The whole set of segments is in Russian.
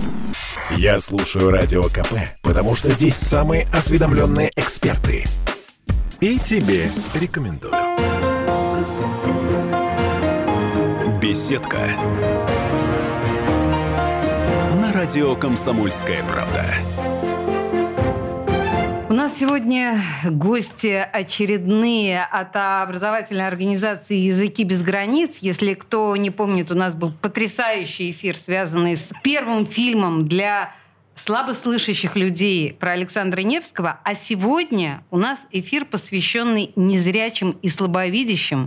Я слушаю Радио КП, потому что здесь самые осведомленные эксперты. И тебе рекомендую. Беседка. На радио «Комсомольская правда». У нас сегодня гости очередные от образовательной организации «Языки без границ». Если кто не помнит, у нас был потрясающий эфир, связанный с первым фильмом для слабослышащих людей про Александра Невского. А сегодня у нас эфир, посвященный незрячим и слабовидящим.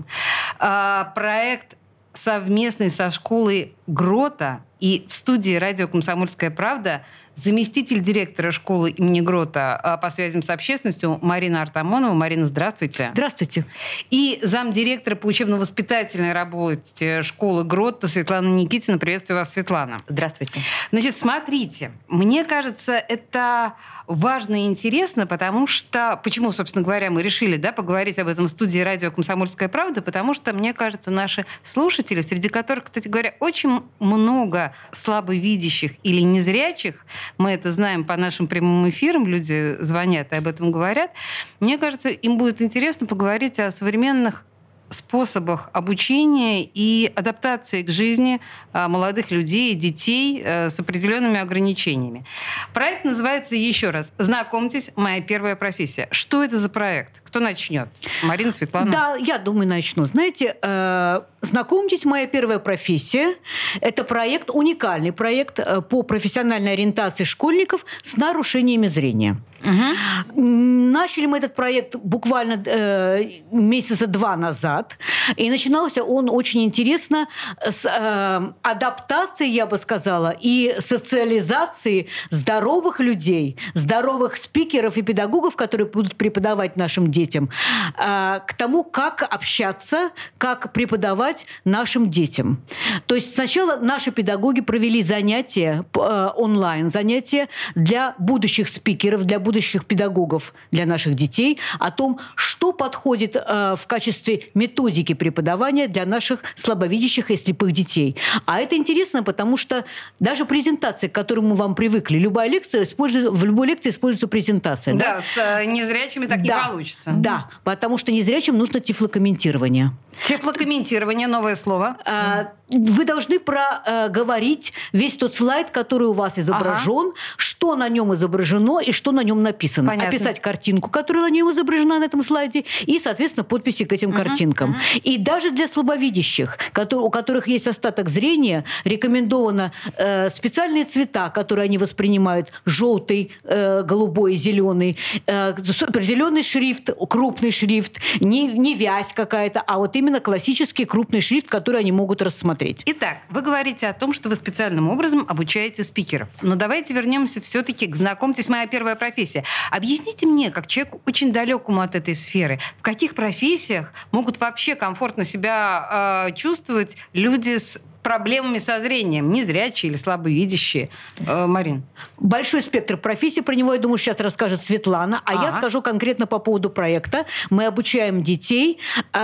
Проект совместный со школой Грота. И в студии радио «Комсомольская правда» заместитель директора школы имени Грота по связям с общественностью Марина Артамонова. Марина, здравствуйте. Здравствуйте. И замдиректора по учебно-воспитательной работе школы Грота Светлана Никитина. Приветствую вас, Светлана. Здравствуйте. Значит, смотрите, мне кажется, это важно и интересно, потому что... Почему, собственно говоря, мы решили поговорить об этом в студии радио «Комсомольская правда», потому что, мне кажется, наши слушатели, среди которых, кстати говоря, очень много слабовидящих или незрячих, мы это знаем по нашим прямым эфирам, люди звонят и об этом говорят. Мне кажется, им будет интересно поговорить о современных способах обучения и адаптации к жизни молодых людей, детей с определенными ограничениями. Проект называется, еще раз, «Знакомьтесь, моя первая профессия». Что это за проект? Кто начнет? Марина, Светлана? Да, я думаю, начну. Знаете, «Знакомьтесь, моя первая профессия» – это проект, уникальный проект по профессиональной ориентации школьников с нарушениями зрения. Угу. Начали мы этот проект буквально месяца 2 назад. И начинался он очень интересно с адаптации, я бы сказала, и социализации здоровых людей, здоровых спикеров и педагогов, которые будут преподавать нашим детям, к тому, как общаться, как преподавать нашим детям. То есть сначала наши педагоги провели занятия онлайн, занятия для будущих спикеров, для будущих педагогов, для наших детей, о том, что подходит в качестве методики преподавания для наших слабовидящих и слепых детей. А это интересно, потому что даже презентация, к которой мы вам привыкли, в любой лекции используется презентация. Да, с незрячими так не получится. Да, потому что незрячим нужно тифлокомментирование. Тифлокомментирование, новое слово. Вы должны проговорить весь тот слайд, который у вас изображен, что на нем изображено и что на нем написано. Понятно. Описать картинку, которая на нем изображена на этом слайде, и, соответственно, подписи к этим картинкам. И даже для слабовидящих, у которых есть остаток зрения, рекомендовано специальные цвета, которые они воспринимают: желтый, голубой, зеленый, определенный шрифт, крупный шрифт, не вязь какая-то, а вот именно классический крупный шрифт, который они могут рассмотреть. Итак, вы говорите о том, что вы специальным образом обучаете спикеров. Но давайте вернемся все-таки к «Знакомьтесь, моя первая профессия». Объясните мне, как человеку очень далекому от этой сферы, в каких профессиях могут вообще комфортно себя чувствовать люди с проблемами со зрением, незрячие или слабовидящие. Марин. Большой спектр профессий. Про него, я думаю, сейчас расскажет Светлана. А я скажу конкретно по поводу проекта. Мы обучаем детей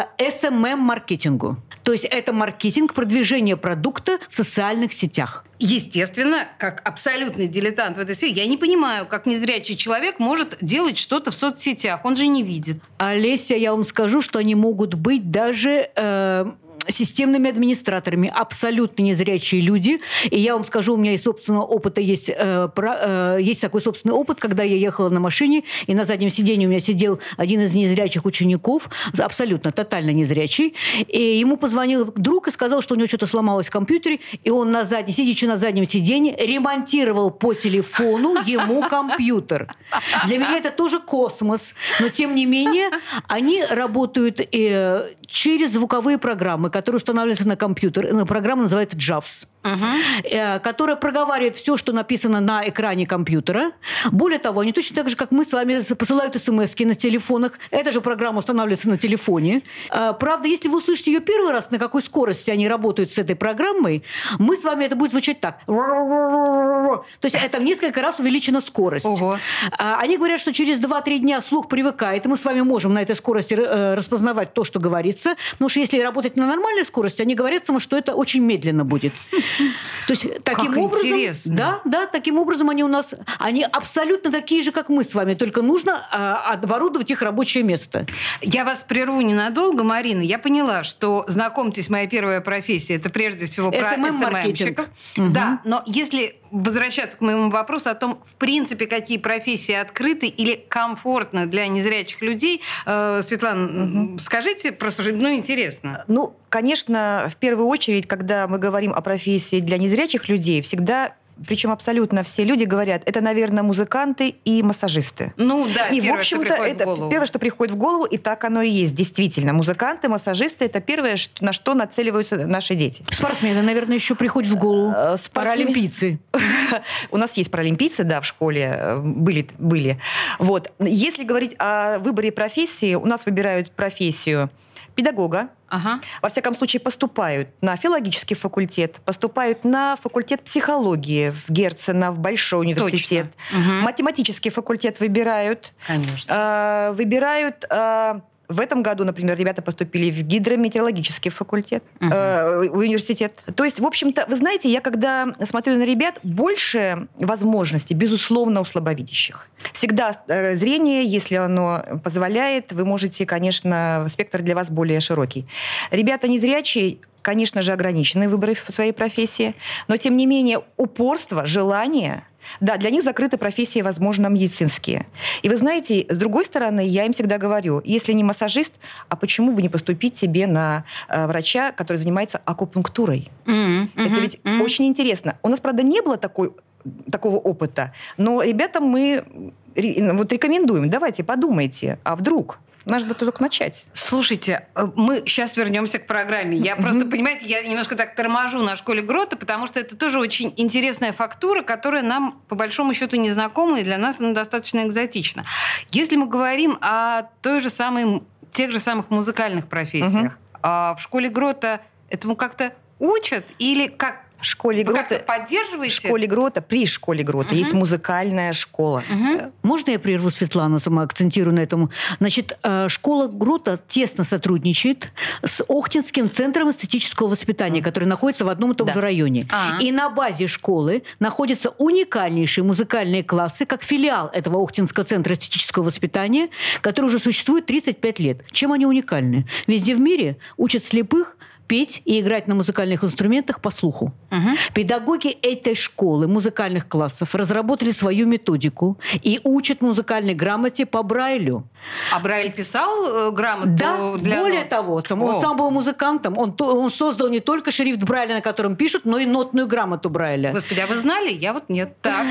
SMM-маркетингу. То есть это маркетинг, продвижение продукта в социальных сетях. Естественно, как абсолютный дилетант в этой сфере, я не понимаю, как незрячий человек может делать что-то в соцсетях. Он же не видит. Олеся, я вам скажу, что они могут быть даже... системными администраторами, абсолютно незрячие люди. И я вам скажу, у меня из собственного опыта есть такой собственный опыт, когда я ехала на машине, и на заднем сиденье у меня сидел один из незрячих учеников, абсолютно, тотально незрячий. И ему позвонил друг и сказал, что у него что-то сломалось в компьютере, и он сидячи на заднем сиденье, ремонтировал по телефону ему компьютер. Для меня это тоже космос. Но, тем не менее, они работают через звуковые программы, которые устанавливаются на компьютер. Программа называется JAWS. Которая проговаривает все, что написано на экране компьютера. Более того, они точно так же, как мы с вами, посылают смс-ки на телефонах. Эта же программа устанавливается на телефоне. Правда, если вы услышите ее первый раз, на какой скорости они работают с этой программой, мы с вами, это будет звучать так. То есть это в несколько раз увеличена скорость. Ого. Они говорят, что через 2-3 дня слух привыкает, и мы с вами можем на этой скорости распознавать то, что говорится. Потому что если работать на нормальной скорости, они говорят, что это очень медленно будет. То есть таким Как образом, интересно. да, таким образом они абсолютно такие же, как мы с вами, только нужно оборудовать их рабочее место. Я вас прерву ненадолго, Марина. Я поняла, что, знакомьтесь, моя первая профессия, это прежде всего про SMM-маркетинг. SMM-щиков. Да, но если возвращаться к моему вопросу о том, в принципе, какие профессии открыты или комфортны для незрячих людей, Светлана, скажите, просто интересно. Ну, конечно, в первую очередь, когда мы говорим о профессии для незрячих людей, всегда, причем абсолютно все люди говорят, это, наверное, музыканты и массажисты. Ну да, и, первое, в общем-то, что приходит это в голову. первое, что приходит в голову, и так оно и есть, действительно. Музыканты, массажисты – это первое, на что нацеливаются наши дети. Спортсмены, наверное, еще приходят в голову. Паралимпийцы. У нас есть паралимпийцы, да, в школе были. Вот. Если говорить о выборе профессии, у нас выбирают профессию педагога. Ага. Во всяком случае, поступают на филологический факультет, поступают на факультет психологии в Герцена, в Большой университет. Математический факультет выбирают. Конечно. Выбирают... В этом году, например, ребята поступили в гидрометеорологический факультет, в университет. То есть, в общем-то, вы знаете, я когда смотрю на ребят, больше возможностей, безусловно, у слабовидящих. Всегда зрение, если оно позволяет, вы можете, конечно, спектр для вас более широкий. Ребята незрячие, конечно же, ограничены в выборе своей профессии, но, тем не менее, упорство, желание... Да, для них закрыты профессии, возможно, медицинские. И вы знаете, с другой стороны, я им всегда говорю, если не массажист, а почему бы не поступить себе на врача, который занимается акупунктурой? Это ведь очень интересно. У нас, правда, не было такого опыта, но ребятам мы рекомендуем, давайте подумайте, а вдруг... Надо только начать. Слушайте, мы сейчас вернемся к программе. Я просто, понимаете, я немножко так торможу на школе Грота, потому что это тоже очень интересная фактура, которая нам, по большому счету, не знакома, и для нас она достаточно экзотична. Если мы говорим о тех же самых музыкальных профессиях, в школе Грота этому как-то учат или как? В школе Грота, как-то поддерживаете? При школе Грота есть музыкальная школа. Можно я прерву Светлану, сама акцентирую на этом? Значит, школа Грота тесно сотрудничает с Охтинским центром эстетического воспитания, который находится в одном и том же районе. И на базе школы находятся уникальнейшие музыкальные классы, как филиал этого Охтинского центра эстетического воспитания, который уже существует 35 лет. Чем они уникальны? Везде в мире учат слепых петь и играть на музыкальных инструментах по слуху. Педагоги этой школы, музыкальных классов, разработали свою методику и учат музыкальной грамоте по Брайлю. А Брайль писал грамоту Да, для более нот? того, он сам был музыкантом, он создал не только шрифт Брайля, на котором пишут, но и нотную грамоту Брайля. Господи, а вы знали? Я вот нет. Так.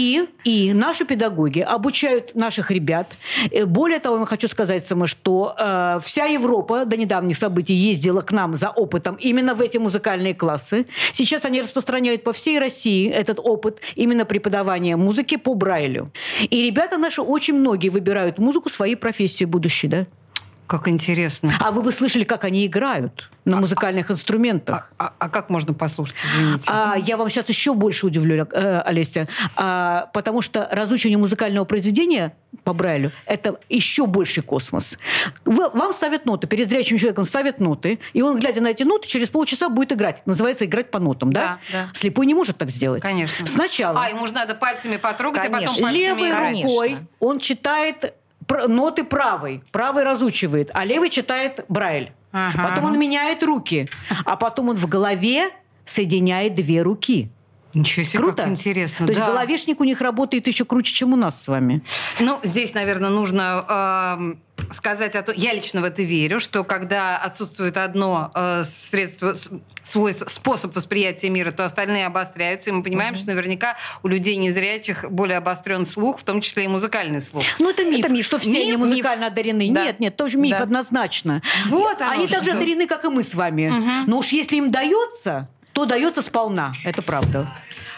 И наши педагоги обучают наших ребят. Более того, я хочу сказать, что вся Европа до недавних событий ездила к нам за опытом именно в эти музыкальные классы. Сейчас они распространяют по всей России этот опыт именно преподавания музыки по Брайлю. И ребята наши очень многие выбирают музыку своей профессии будущей, да? Как интересно. А вы бы слышали, как они играют на музыкальных инструментах? А как можно послушать, извините? Я вам сейчас еще больше удивлю, Олеся. Потому что разучивание музыкального произведения по Брайлю – это еще больший космос. Вам ставят ноты, перед зрячим человеком ставят ноты, и он, глядя на эти ноты, через полчаса будет играть. Называется «играть по нотам», да? Да. Слепой не может так сделать. Конечно. Сначала. Ему же надо пальцами потрогать, Конечно. а потом пальцами Левой играть. рукой он читает ноты правой разучивает, а левый читает Брайль. Потом он меняет руки, а потом он в голове соединяет две руки. Ничего себе, Круто? как интересно. То есть Да. головешник у них работает еще круче, чем у нас с вами. Ну, здесь, наверное, нужно сказать о том, я лично в это верю, что когда отсутствует одно средство, свойство, способ восприятия мира, то остальные обостряются, и мы понимаем, что наверняка у людей незрячих более обострен слух, в том числе и музыкальный слух. Ну, это миф, что все Миф, они музыкально одарены. Да. Нет, тоже миф Да. однозначно. Вот оно Они так же что. одарены, как и мы с вами. Но уж если им дается, то дается сполна. Это правда.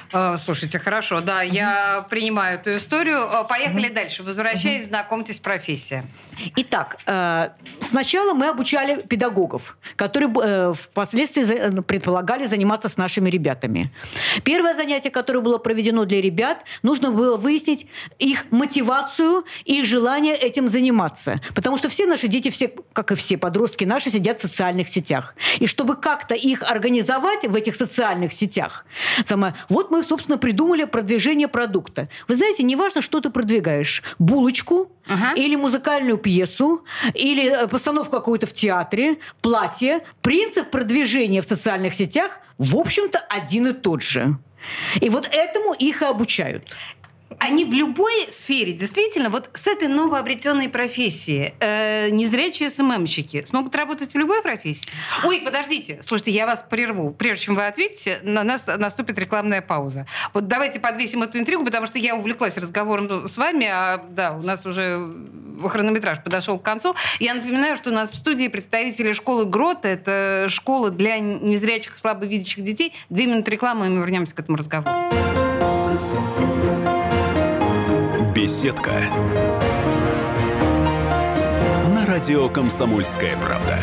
Слушайте, хорошо, да, я принимаю эту историю. Поехали дальше. Возвращаясь, знакомьтесь, профессия. Итак, сначала мы обучали педагогов, которые впоследствии предполагали заниматься с нашими ребятами. Первое занятие, которое было проведено для ребят, нужно было выяснить их мотивацию и их желание этим заниматься. Потому что все наши дети, все, как и все подростки наши, сидят в социальных сетях. И чтобы как-то их организовать в этих социальных сетях, вот мы, собственно, придумали продвижение продукта. Вы знаете, неважно, что ты продвигаешь. Булочку, или музыкальную пьесу, или постановку какую-то в театре, платье. Принцип продвижения в социальных сетях, в общем-то, один и тот же. И вот этому их и обучают. Они в любой сфере, действительно, вот с этой новообретенной профессией незрячие СММщики смогут работать в любой профессии? Ой, подождите, слушайте, я вас прерву. Прежде чем вы ответите, на нас наступит рекламная пауза. Вот давайте подвесим эту интригу, потому что я увлеклась разговором с вами, да, у нас уже хронометраж подошел к концу. Я напоминаю, что у нас в студии представители школы Грота. Это школа для незрячих и слабовидящих детей. 2 минуты рекламы, и мы вернемся к этому разговору. Беседка. На радио «Комсомольская правда».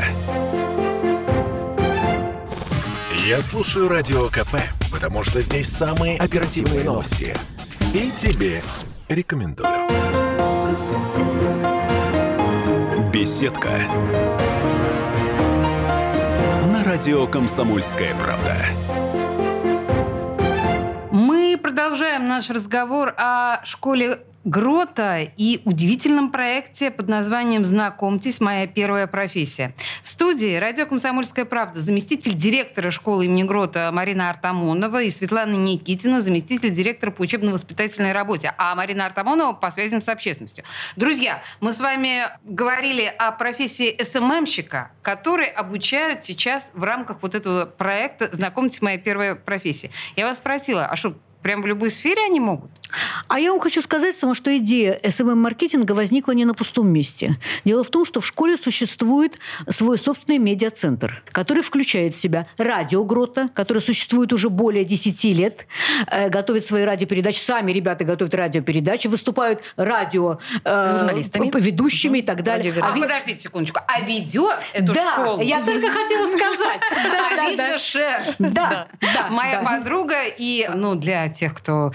Я слушаю Радио КП, потому что здесь самые оперативные новости. И тебе рекомендую. Беседка. На радио «Комсомольская правда». Мы продолжаем наш разговор о школе Грота и удивительном проекте под названием «Знакомьтесь, моя первая профессия». В студии радио «Комсомольская правда» заместитель директора школы имени Грота Марина Артамонова и Светлана Никитина, заместитель директора по учебно-воспитательной работе, а Марина Артамонова по связям с общественностью. Друзья, мы с вами говорили о профессии СММщика, который обучают сейчас в рамках вот этого проекта «Знакомьтесь, моя первая профессия». Я вас спросила, а что, прям в любой сфере они могут? А я вам хочу сказать, что идея СММ-маркетинга возникла не на пустом месте. Дело в том, что в школе существует свой собственный медиацентр, который включает в себя радио Грота, которое существует уже более 10 лет, готовит свои радиопередачи. Сами ребята готовят радиопередачи, выступают журналистами, ведущими и так далее. Подождите секундочку. А ведет эту школу? Да, я только хотела сказать. Алиса Шер. Да. Моя подруга и, для тех, кто...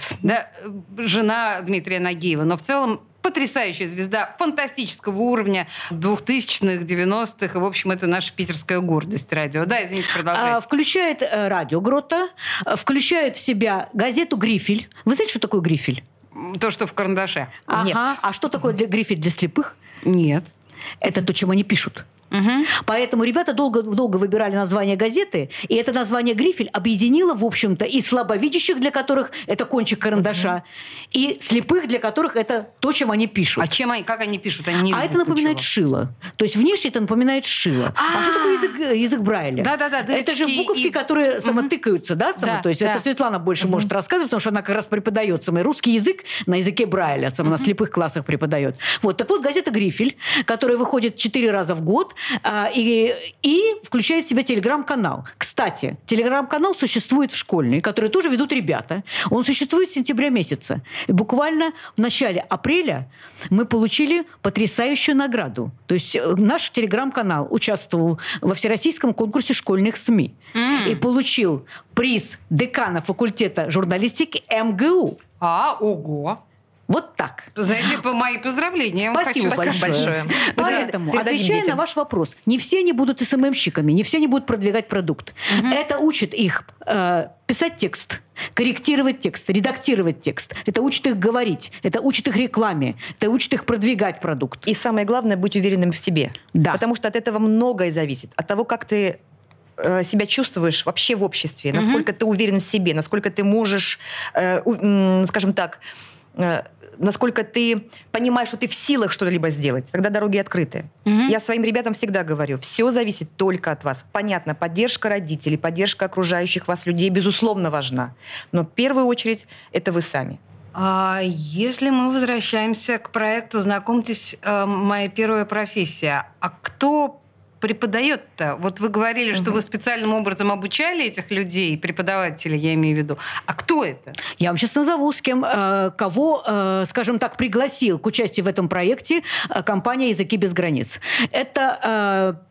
жена Дмитрия Нагиева, но в целом потрясающая звезда фантастического уровня 2000-х, 90-х. И, в общем, это наша питерская гордость радио. Да, извините, продолжайте. Включает радио Грота, включает в себя газету «Грифель». Вы знаете, что такое «Грифель»? То, что в карандаше. Нет. А что такое «Грифель» для слепых? Нет. Это то, чем они пишут. Угу. Поэтому ребята долго выбирали название газеты, и это название «Грифель» объединило, в общем-то, и слабовидящих, для которых это кончик карандаша, и слепых, для которых это то, чем они пишут. А как они пишут? Они не видят это напоминает ничего. шило. То есть внешне это напоминает шило. А что такое язык Брайля? Да, это же буковки, которые тыкаются, да? То есть это Светлана больше может рассказывать, потому что она как раз преподает русский язык на языке Брайля, на слепых классах преподает. Так вот, газета «Грифель», которая выходит 4 раза в год, и включает в себя телеграм-канал. Кстати, телеграм-канал существует в школьный, который тоже ведут ребята. Он существует с сентября месяца. И буквально в начале апреля мы получили потрясающую награду. То есть наш телеграм-канал участвовал во всероссийском конкурсе школьных СМИ и получил приз декана факультета журналистики МГУ. Ого! Вот так. Знаете, мои поздравления. Спасибо большое. Поэтому, отвечая на ваш вопрос, не все они будут СММщиками, не все они будут продвигать продукт. Это учит их писать текст, корректировать текст, редактировать текст. Это учит их говорить, это учит их рекламе, это учит их продвигать продукт. И самое главное, быть уверенным в себе. Да. Потому что от этого многое зависит. От того, как ты себя чувствуешь вообще в обществе, насколько ты уверен в себе, насколько ты можешь, скажем так, насколько ты понимаешь, что ты в силах что-либо сделать, тогда дороги открыты. Я своим ребятам всегда говорю, все зависит только от вас. Понятно, поддержка родителей, поддержка окружающих вас людей, безусловно, важна. Но в первую очередь это вы сами. Если мы возвращаемся к проекту «Знакомьтесь, моя первая профессия», а кто преподает-то? Вот вы говорили, что вы специальным образом обучали этих людей, преподавателей, я имею в виду. А кто это? Я вам сейчас назову, с кем, кого, скажем так, пригласил к участию в этом проекте компания «Языки без границ». Это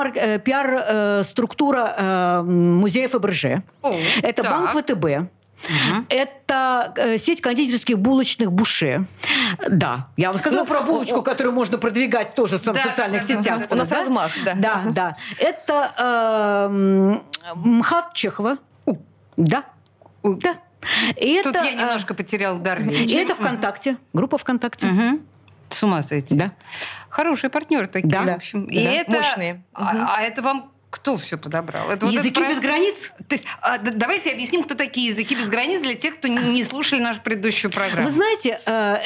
пиар-структура музея Фаберже. Это так. банк ВТБ. Это сеть кондитерских булочных «Буше». Да, я вам сказала про булочку, которую можно продвигать тоже в социальных сетях. У нас размах, да. Да. Это МХАТ Чехова. Да. И Тут это, я немножко потерял дар и речи. это ВКонтакте, группа ВКонтакте. С ума сойти. Да. Хорошие партнеры такие, Да. в общем. Да. И это, Мощные. А это вам кто все подобрал? Это вот «Языки этот без границ». То есть давайте объясним, кто такие «Языки без границ» для тех, кто не слушали нашу предыдущую программу. Вы знаете,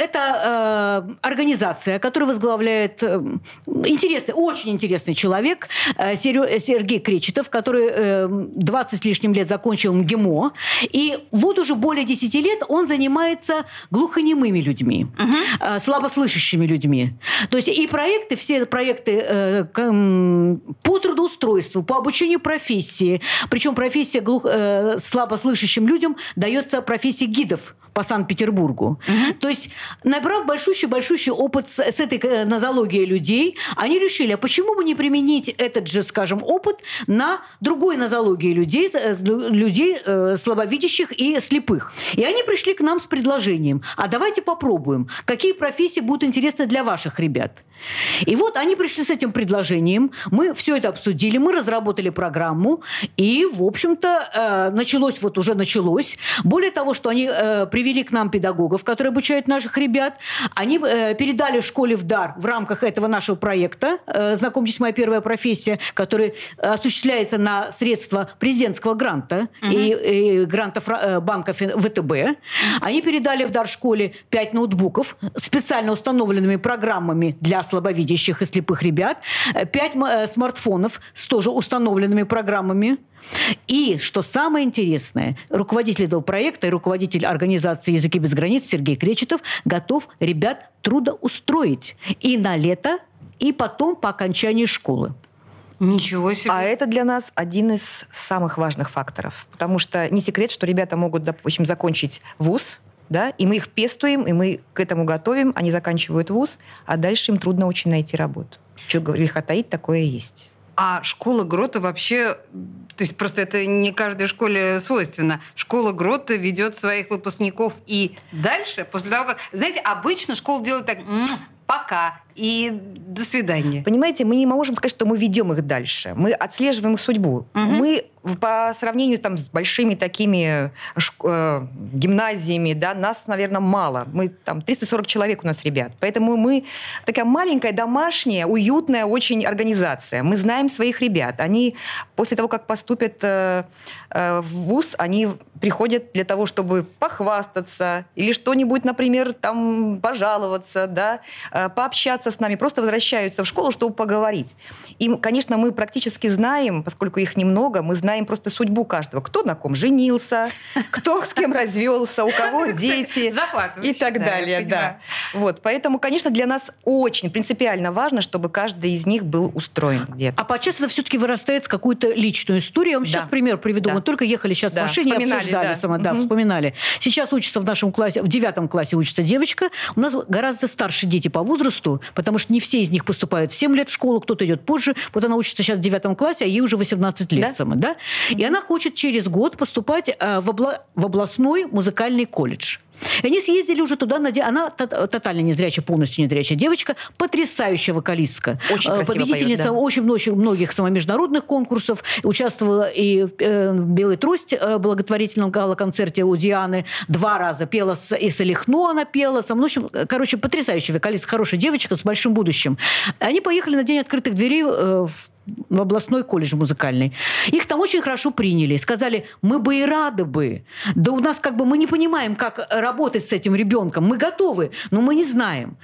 это организация, которую возглавляет интересный, очень интересный человек Сергей Кречетов, который 20 с лишним лет закончил МГИМО. И вот уже более 10 лет он занимается глухонемыми людьми, слабослышащими людьми. То есть и проекты, все проекты по трудоустройству, по обучению профессии. Причем профессия слабослышащим людям дается профессия гидов по Санкт-Петербургу. То есть, набрав большущий опыт с этой нозологией людей, они решили, а почему бы не применить этот же, скажем, опыт на другой нозологии людей слабовидящих и слепых. И они пришли к нам с предложением, а давайте попробуем, какие профессии будут интересны для ваших ребят. И вот они пришли с этим предложением, мы все это обсудили, мы разработали программу, и, в общем-то, началось. Более того, что они привели к нам педагогов, которые обучают наших ребят, они передали школе в дар в рамках этого нашего проекта «Знакомьтесь, моя первая профессия», который осуществляется на средства президентского гранта и грантов банка ВТБ. Они передали в дар школе 5 ноутбуков с специально установленными программами для слабовидящих и слепых ребят, 5 смартфонов с тоже установленными программами. И, что самое интересное, руководитель этого проекта и руководитель организации «Языки без границ» Сергей Кречетов готов ребят трудоустроить и на лето, и потом по окончании школы. Ничего себе. А это для нас один из самых важных факторов. Потому что не секрет, что ребята могут, допустим, закончить вуз, да, и мы их пестуем, и мы к этому готовим, они заканчивают вуз, а дальше им трудно очень найти работу. Что греха таить, такое есть. А школа Грота вообще... То есть просто это не каждой школе свойственно. Школа Грота ведет своих выпускников и дальше, после того, как... Знаете, обычно школа делает так... Пока. И до свидания. Понимаете, мы не можем сказать, что мы ведем их дальше. Мы отслеживаем их судьбу. Мы по сравнению там, с большими такими гимназиями, да, нас, наверное, мало. Мы там 340 человек у нас ребят. Поэтому мы такая маленькая, домашняя, уютная очень организация. Мы знаем своих ребят. Они после того, как поступят в вуз, они приходят для того, чтобы похвастаться или что-нибудь, например, там пожаловаться, да, пообщаться с нами, просто возвращаются в школу, чтобы поговорить. И, конечно, мы практически знаем, поскольку их немного, мы знаем просто судьбу каждого. Кто на ком женился, кто с кем развелся, у кого дети и так далее. Да. Вот. Поэтому, конечно, для нас очень принципиально важно, чтобы каждый из них был устроен где-то. А подчас это все-таки вырастает в какую-то личную историю. Я вам сейчас пример приведу. Мы только ехали сейчас в машине и обсуждали. Вспоминали. Сейчас учится в нашем классе, в 9 классе учится девочка. У нас гораздо старше дети по возрасту, потому что не все из них поступают в 7 лет в школу, кто-то идет позже. Вот она учится сейчас в 9 классе, а ей уже 18 лет. Да? И она хочет через год поступать в областной музыкальный колледж. И они съездили уже туда. Она тотально незрячая, полностью незрячая девочка, потрясающая вокалистка. Очень красиво победительница поет, да. очень многих международных конкурсов. Участвовала и в «Белой трости» благотворительном гала-концерте у Дианы 2 раза. Пела и с Элихно она пела. В общем, потрясающая вокалистка, хорошая девочка с большим будущим. Они поехали на День открытых дверей в областной колледж музыкальный. Их там очень хорошо приняли. Сказали, мы бы и рады бы. Да у нас мы не понимаем, как работать с этим ребенком. Мы готовы, но мы не знаем.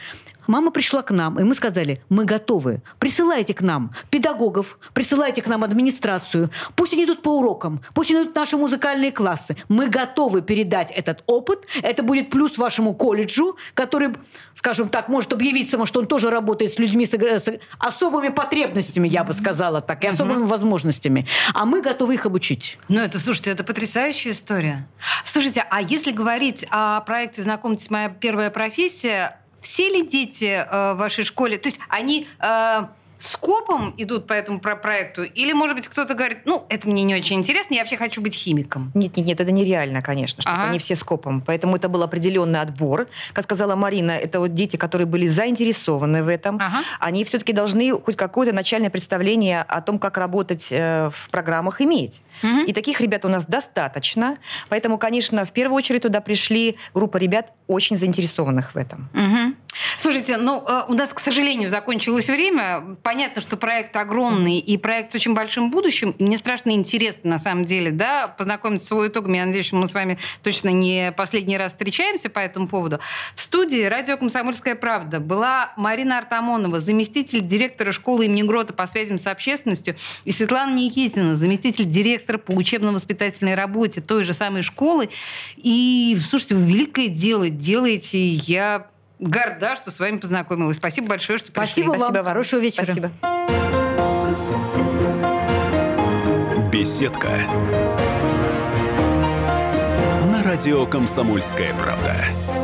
Мама пришла к нам, и мы сказали, мы готовы. Присылайте к нам педагогов, присылайте к нам администрацию. Пусть они идут по урокам, пусть они идут в наши музыкальные классы. Мы готовы передать этот опыт. Это будет плюс вашему колледжу, который, скажем так, может объявить само, что он тоже работает с людьми с особыми потребностями, я бы сказала так, и особыми возможностями. А мы готовы их обучить. Ну, это, слушайте, это потрясающая история. Слушайте, а если говорить о проекте «Знакомьтесь, моя первая профессия», все ли дети в вашей школе, то есть они скопом идут по этому проекту? Или, может быть, кто-то говорит, ну, это мне не очень интересно, я вообще хочу быть химиком? Нет, это нереально, конечно, чтобы они все скопом. Поэтому это был определенный отбор. Как сказала Марина, это вот дети, которые были заинтересованы в этом. Они все-таки должны хоть какое-то начальное представление о том, как работать в программах иметь. И таких ребят у нас достаточно. Поэтому, конечно, в первую очередь туда пришли группа ребят, очень заинтересованных в этом. Слушайте, ну, у нас, к сожалению, закончилось время. Понятно, что проект огромный и проект с очень большим будущим. И мне страшно интересно, на самом деле, да, познакомиться с его итогами. Я надеюсь, что мы с вами точно не последний раз встречаемся по этому поводу. В студии радио «Комсомольская правда» была Марина Артамонова, заместитель директора школы имени Грота по связям с общественностью, и Светлана Никитина, заместитель директора по учебно-воспитательной работе той же самой школы. И, слушайте, вы великое дело делаете. Я горда, что с вами познакомилась. Спасибо большое, что пришли. Спасибо вам. Хорошего вечера. Спасибо. Беседка. На радио «Комсомольская правда».